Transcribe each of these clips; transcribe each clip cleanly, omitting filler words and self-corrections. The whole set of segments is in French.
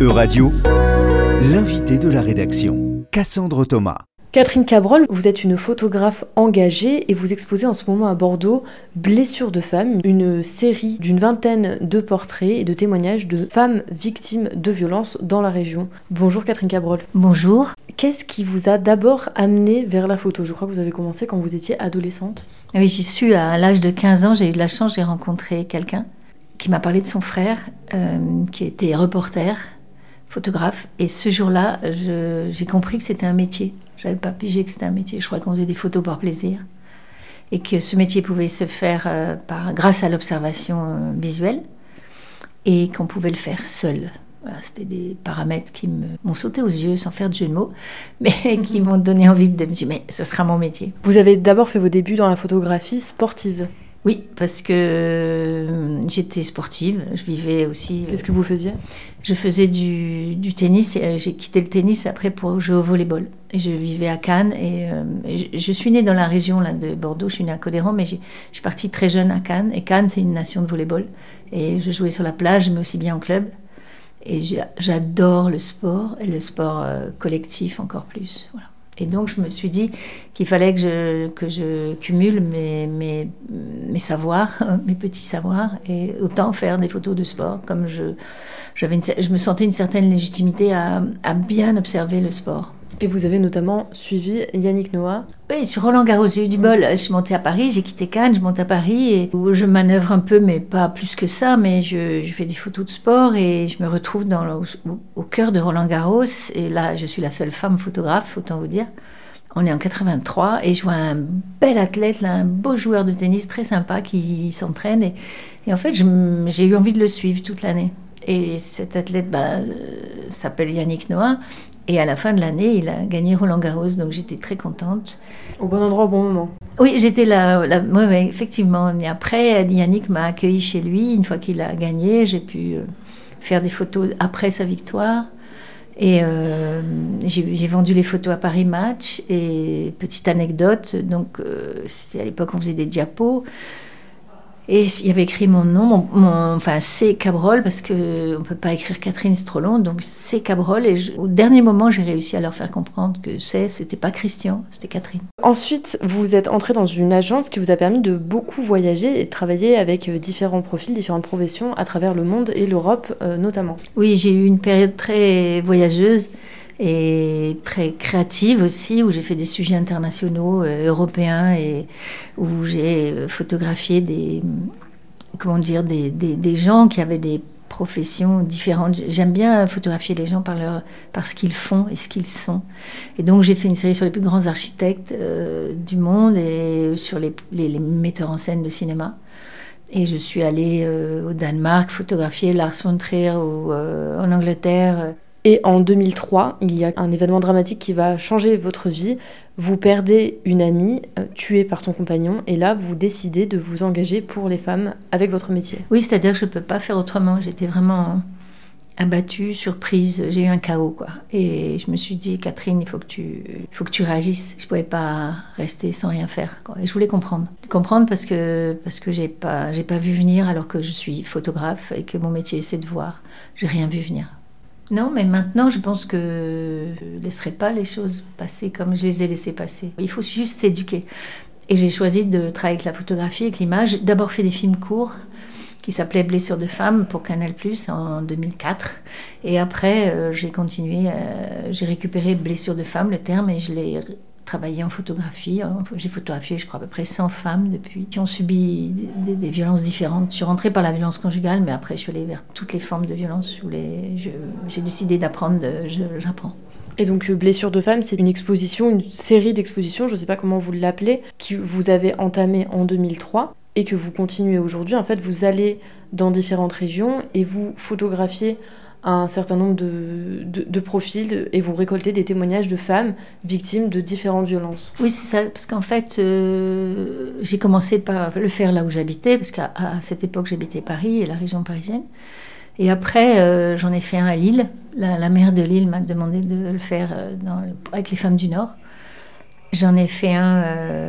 E-Radio, l'invité de la rédaction, Cassandre Thomas. Catherine Cabrol, vous êtes une photographe engagée et vous exposez en ce moment à Bordeaux Blessures de femmes, une série d'une vingtaine de portraits et de témoignages de femmes victimes de violences dans la région. Bonjour Catherine Cabrol. Bonjour. Qu'est-ce qui vous a d'abord amené vers la photo ? Je crois que vous avez commencé quand vous étiez adolescente. Oui, j'y suis à l'âge de 15 ans, j'ai eu de la chance, j'ai rencontré quelqu'un qui m'a parlé de son frère, qui était reporter, photographe. Et ce jour-là, j'ai compris que c'était un métier. Je n'avais pas pigé que c'était un métier. Je croyais qu'on faisait des photos par plaisir. Et que ce métier pouvait se faire grâce à l'observation visuelle. Et qu'on pouvait le faire seul. Voilà, c'était des paramètres qui m'ont sauté aux yeux, sans faire de jeu de mots, mais qui m'ont donné envie de me dire, mais ce sera mon métier. Vous avez d'abord fait vos débuts dans la photographie sportive. Oui, parce que j'étais sportive, je vivais aussi... Qu'est-ce que vous faisiez ? Je faisais du tennis, et j'ai quitté le tennis après pour jouer au volleyball. Et je vivais à Cannes, et je suis née dans la région là, de Bordeaux, je suis née à Codéran, mais je suis partie très jeune à Cannes, et Cannes c'est une nation de volleyball. Et je jouais sur la plage, mais aussi bien en club. Et j'adore le sport, et le sport collectif encore plus, voilà. Et donc, je me suis dit qu'il fallait que je cumule mes savoirs, mes petits savoirs, et autant faire des photos de sport, comme je me sentais une certaine légitimité à bien observer le sport. Et vous avez notamment suivi Yannick Noah. Oui, sur Roland-Garros, j'ai eu du bol. Je suis montée à Paris, j'ai quitté Cannes, je monte à Paris, et où je manœuvre un peu, mais pas plus que ça, mais je fais des photos de sport, et je me retrouve au cœur de Roland-Garros, et là, je suis la seule femme photographe, autant vous dire. On est en 83, et je vois un bel athlète, là, un beau joueur de tennis très sympa qui s'entraîne, et en fait, j'ai eu envie de le suivre toute l'année. Et cet athlète s'appelle Yannick Noah. Et à la fin de l'année, il a gagné Roland-Garros, donc j'étais très contente. Au bon endroit, au bon moment. Oui, j'étais là, ouais, effectivement. Et après, Yannick m'a accueillie chez lui. Une fois qu'il a gagné, j'ai pu faire des photos après sa victoire. Et j'ai vendu les photos à Paris Match. Et petite anecdote, donc c'était à l'époque on faisait des diapos. Et il y avait écrit mon nom, enfin C. Cabrol, parce qu'on ne peut pas écrire Catherine, c'est trop long, donc C. Cabrol. Et au dernier moment, j'ai réussi à leur faire comprendre que c'était pas Christian, c'était Catherine. Ensuite, vous êtes entrée dans une agence qui vous a permis de beaucoup voyager et de travailler avec différents profils, différentes professions à travers le monde et l'Europe notamment. Oui, j'ai eu une période très voyageuse et très créative aussi, où j'ai fait des sujets internationaux, européens, et où j'ai photographié des gens qui avaient des professions différentes. J'aime bien photographier les gens par ce qu'ils font et ce qu'ils sont. Et donc j'ai fait une série sur les plus grands architectes du monde et sur les metteurs en scène de cinéma. Et je suis allée au Danemark photographier Lars von Trier en Angleterre. Et en 2003, il y a un événement dramatique qui va changer votre vie. Vous perdez une amie tuée par son compagnon et là, vous décidez de vous engager pour les femmes avec votre métier. Oui, c'est-à-dire que je ne peux pas faire autrement. J'étais vraiment abattue, surprise. J'ai eu un chaos, quoi. Et je me suis dit, Catherine, il faut que tu réagisses. Je ne pouvais pas rester sans rien faire, quoi. Et je voulais comprendre. Comprendre parce que j'ai pas vu venir alors que je suis photographe et que mon métier, c'est de voir. J'ai rien vu venir. Non, mais maintenant, je pense que je ne laisserai pas les choses passer comme je les ai laissées passer. Il faut juste s'éduquer. Et j'ai choisi de travailler avec la photographie, avec l'image. J'ai d'abord fait des films courts qui s'appelaient Blessures de femmes pour Canal+ en 2004. Et après, j'ai continué, j'ai récupéré Blessures de femmes, le terme, et je l'ai travaillé en photographie. J'ai photographié, je crois, à peu près 100 femmes depuis qui ont subi des violences différentes. Je suis rentrée par la violence conjugale, mais après, je suis allée vers toutes les formes de violence. J'ai décidé d'apprendre, j'apprends. Et donc, Blessures de femmes, c'est une série d'expositions, je ne sais pas comment vous l'appelez, que vous avez entamée en 2003 et que vous continuez aujourd'hui. En fait, vous allez dans différentes régions et vous photographiez un certain nombre de profils et vous récoltez des témoignages de femmes victimes de différentes violences. Oui, c'est ça, parce qu'en fait, j'ai commencé par le faire là où j'habitais, parce qu'à cette époque, j'habitais Paris et la région parisienne. Et après, j'en ai fait un à Lille. La maire de Lille m'a demandé de le faire avec les femmes du Nord. J'en ai fait un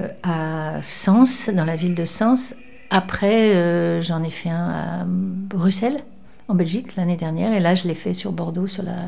à Sens, dans la ville de Sens. Après, j'en ai fait un à Bruxelles, en Belgique l'année dernière. Et là, je l'ai fait sur Bordeaux,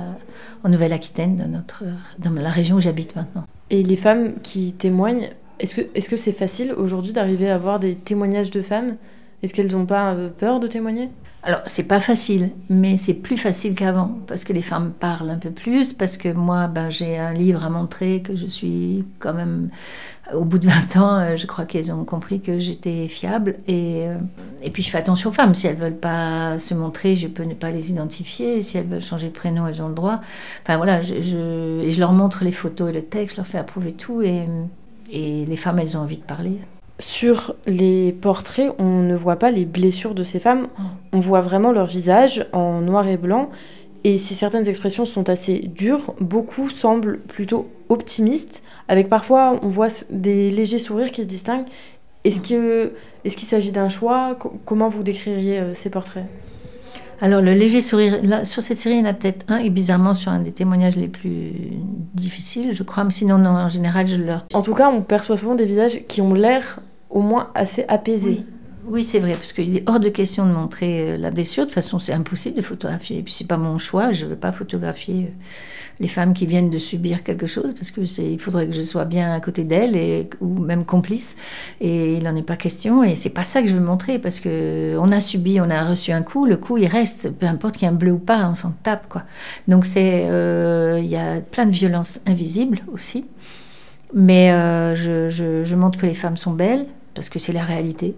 en Nouvelle-Aquitaine, dans la région où j'habite maintenant. Et les femmes qui témoignent, est-ce que c'est facile aujourd'hui d'arriver à avoir des témoignages de femmes ? Est-ce qu'elles n'ont pas peur de témoigner ? Alors, c'est pas facile, mais c'est plus facile qu'avant, parce que les femmes parlent un peu plus, parce que moi, j'ai un livre à montrer, que je suis quand même, au bout de 20 ans, je crois qu'elles ont compris que j'étais fiable, et puis je fais attention aux femmes, si elles veulent pas se montrer, je peux ne pas les identifier, si elles veulent changer de prénom, elles ont le droit, enfin voilà, et je leur montre les photos et le texte, je leur fais approuver tout, et les femmes, elles ont envie de parler. Sur les portraits, on ne voit pas les blessures de ces femmes, on voit vraiment leur visage en noir et blanc. Et si certaines expressions sont assez dures, beaucoup semblent plutôt optimistes, avec parfois, on voit des légers sourires qui se distinguent. Est-ce qu'il s'agit d'un choix ? Comment vous décririez ces portraits ? Alors, le léger sourire, là, sur cette série, il y en a peut-être un, et bizarrement, sur un des témoignages les plus difficiles, je crois, mais sinon, non, en général, je leur... En tout cas, on perçoit souvent des visages qui ont l'air au moins assez apaisés. Oui, c'est vrai, parce qu'il est hors de question de montrer la blessure. De toute façon, c'est impossible de photographier. Et puis, c'est pas mon choix, je ne veux pas photographier les femmes qui viennent de subir quelque chose, parce il faudrait que je sois bien à côté d'elles, ou même complice. Et il n'en est pas question, et c'est pas ça que je veux montrer, parce qu'on a subi, on a reçu un coup, le coup, il reste, peu importe qu'il y ait un bleu ou pas, on s'en tape, quoi. Donc, il y a plein de violences invisibles aussi. Mais je montre que les femmes sont belles, parce que c'est la réalité.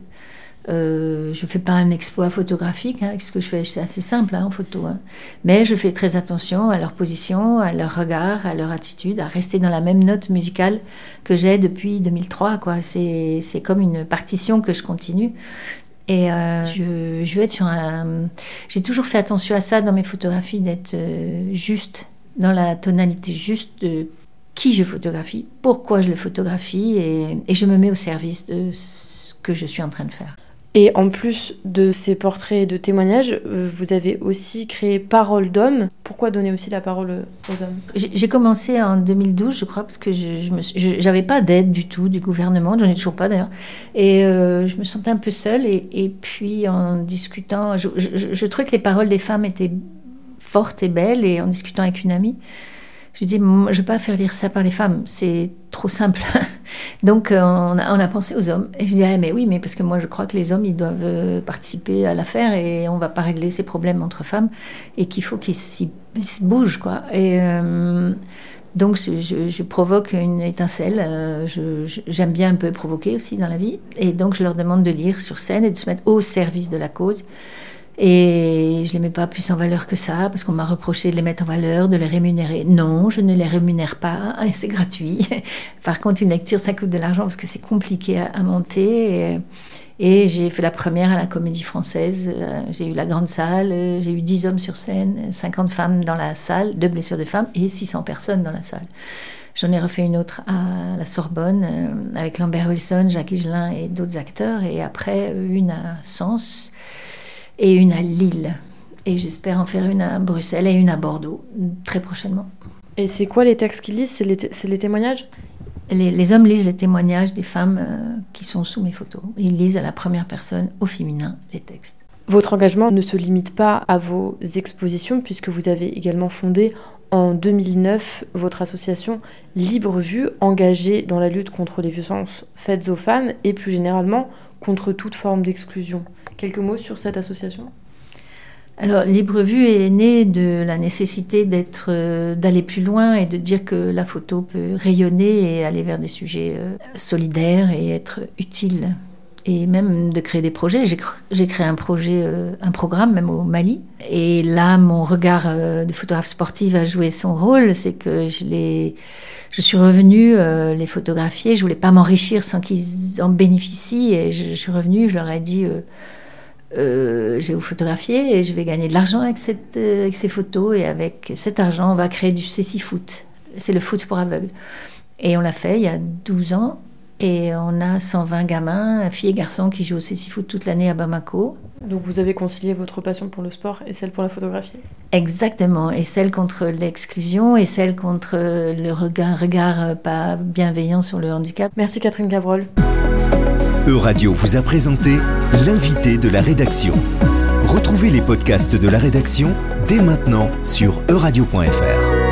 Je ne fais pas un exploit photographique, avec ce que je fais, c'est assez simple en photo. Mais je fais très attention à leur position, à leur regard, à leur attitude, à rester dans la même note musicale que j'ai depuis 2003. Quoi. C'est comme une partition que je continue. Et je veux être sur J'ai toujours fait attention à ça dans mes photographies, d'être juste, dans la tonalité juste de qui je photographie, pourquoi je le photographie, et je me mets au service de ce que je suis en train de faire. Et en plus de ces portraits et de témoignages, vous avez aussi créé Parole d'Homme. Pourquoi donner aussi la parole aux hommes ? J'ai commencé en 2012, je crois, parce que je n'avais pas d'aide du tout du gouvernement, j'en ai toujours pas d'ailleurs. Et je me sentais un peu seule. Et puis en discutant, je trouvais que les paroles des femmes étaient fortes et belles. Et en discutant avec une amie, je dis, je ne vais pas faire lire ça par les femmes, c'est trop simple. Donc, on a pensé aux hommes. Et je dis, mais oui, mais parce que moi, je crois que les hommes, ils doivent participer à l'affaire et on ne va pas régler ces problèmes entre femmes et qu'il faut qu'ils se bougent, quoi. Et donc, je provoque une étincelle. J'aime bien un peu provoquer aussi dans la vie. Et donc, je leur demande de lire sur scène et de se mettre au service de la cause. Et je ne les mets pas plus en valeur que ça, parce qu'on m'a reproché de les mettre en valeur, de les rémunérer. Non, je ne les rémunère pas, c'est gratuit. Par contre, une lecture, ça coûte de l'argent, parce que c'est compliqué à monter. Et j'ai fait la première à la Comédie Française. J'ai eu la grande salle, j'ai eu 10 hommes sur scène, 50 femmes dans la salle, 2 blessures de femmes, et 600 personnes dans la salle. J'en ai refait une autre à la Sorbonne, avec Lambert Wilson, Jacques Higelin et d'autres acteurs. Et après, une à Sens et une à Lille. Et j'espère en faire une à Bruxelles et une à Bordeaux, très prochainement. Et c'est quoi les textes qu'ils lisent ? C'est les témoignages ? Les hommes lisent les témoignages des femmes qui sont sous mes photos. Ils lisent à la première personne, au féminin, les textes. Votre engagement ne se limite pas à vos expositions, puisque vous avez également fondé en 2009 votre association Libre Vue, engagée dans la lutte contre les violences faites aux femmes et plus généralement contre toute forme d'exclusion. Quelques mots sur cette association ? Alors, Libre Vue est née de la nécessité d'aller plus loin et de dire que la photo peut rayonner et aller vers des sujets solidaires et être utile. Et même de créer des projets. J'ai créé un programme même au Mali. Et là, mon regard de photographe sportive a joué son rôle. C'est que je suis revenue les photographier. Je voulais pas m'enrichir sans qu'ils en bénéficient. Et je suis revenue, je leur ai dit... je vais vous photographier et je vais gagner de l'argent avec ces photos, et avec cet argent on va créer du cécifoot, c'est le foot pour aveugles, et on l'a fait il y a 12 ans et on a 120 gamins, filles et garçons, qui jouent au cécifoot toute l'année à Bamako. Donc vous avez concilié votre passion pour le sport et celle pour la photographie ? Exactement, et celle contre l'exclusion et celle contre le regard pas bienveillant sur le handicap. Merci Catherine Cabrol. Euradio vous a présenté l'invité de la rédaction. Retrouvez les podcasts de la rédaction dès maintenant sur euradio.fr.